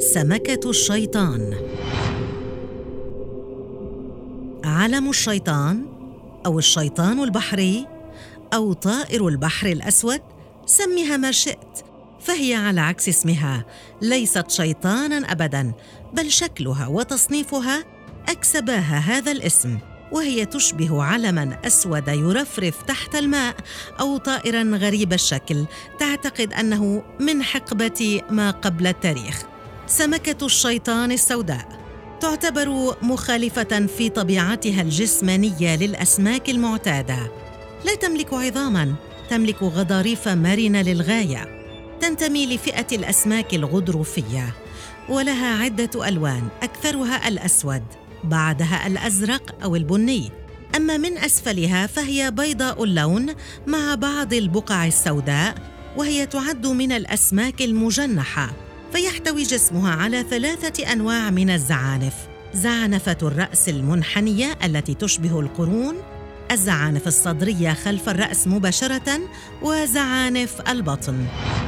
سمكة الشيطان. علم الشيطان أو الشيطان البحري أو طائر البحر الأسود، سميها ما شئت، فهي على عكس اسمها ليست شيطاناً أبداً، بل شكلها وتصنيفها أكسباها هذا الاسم، وهي تشبه علماً أسود يرفرف تحت الماء أو طائراً غريب الشكل تعتقد أنه من حقبة ما قبل التاريخ. سمكة الشيطان السوداء تعتبر مخالفة في طبيعتها الجسمانية للأسماك المعتادة، لا تملك عظاماً، تملك غضاريف مرنة للغاية، تنتمي لفئة الأسماك الغضروفية، ولها عدة ألوان أكثرها الأسود، بعدها الأزرق أو البني، أما من أسفلها فهي بيضاء اللون مع بعض البقع السوداء، وهي تعد من الأسماك المجنحة، فيحتوي جسمها على 3 أنواع من الزعانف: زعنفة الرأس المنحنية التي تشبه القرون، الزعانف الصدرية خلف الرأس مباشرة، وزعانف البطن.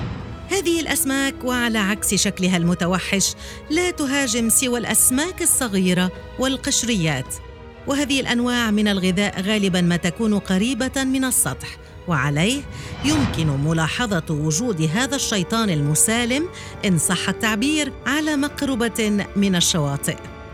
هذه الأسماك وعلى عكس شكلها المتوحش لا تهاجم سوى الأسماك الصغيرة والقشريات، وهذه الأنواع من الغذاء غالباً ما تكون قريبة من السطح، وعليه يمكن ملاحظة وجود هذا الشيطان المسالم إن صح التعبير على مقربة من الشواطئ.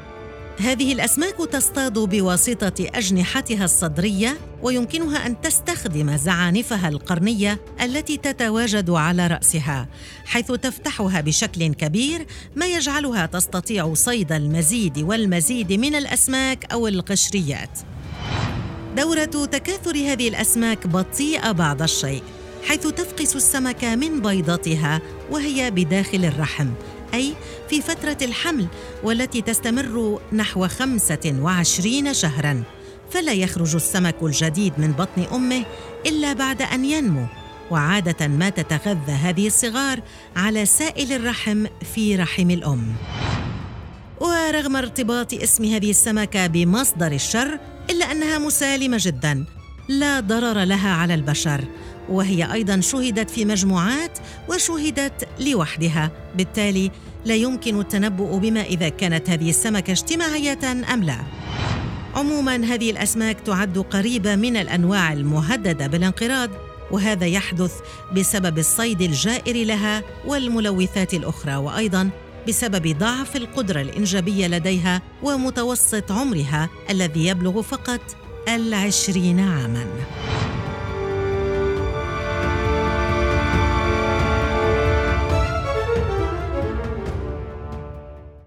هذه الأسماك تصطاد بواسطة أجنحتها الصدرية، ويمكنها أن تستخدم زعانفها القرنية التي تتواجد على رأسها، حيث تفتحها بشكل كبير، ما يجعلها تستطيع صيد المزيد والمزيد من الأسماك أو القشريات. دورة تكاثر هذه الأسماك بطيئة بعض الشيء، حيث تفقس السمكة من بيضتها وهي بداخل الرحم، أي في فترة الحمل، والتي تستمر نحو 25 شهراً، فلا يخرج السمك الجديد من بطن أمه إلا بعد أن ينمو، وعادة ما تتغذى هذه الصغار على سائل الرحم في رحم الأم. ورغم ارتباط اسم هذه السمكة بمصدر الشر، إلا أنها مسالمة جداً، لا ضرر لها على البشر، وهي أيضاً شُهدت في مجموعات وشُهدت لوحدها، بالتالي لا يمكن التنبؤ بما إذا كانت هذه السمكة اجتماعية أم لا. عموماً هذه الأسماك تعد قريبة من الأنواع المهددة بالانقراض، وهذا يحدث بسبب الصيد الجائر لها والملوثات الأخرى، وأيضاً بسبب ضعف القدرة الإنجابية لديها ومتوسط عمرها الذي يبلغ فقط 20 عاماً.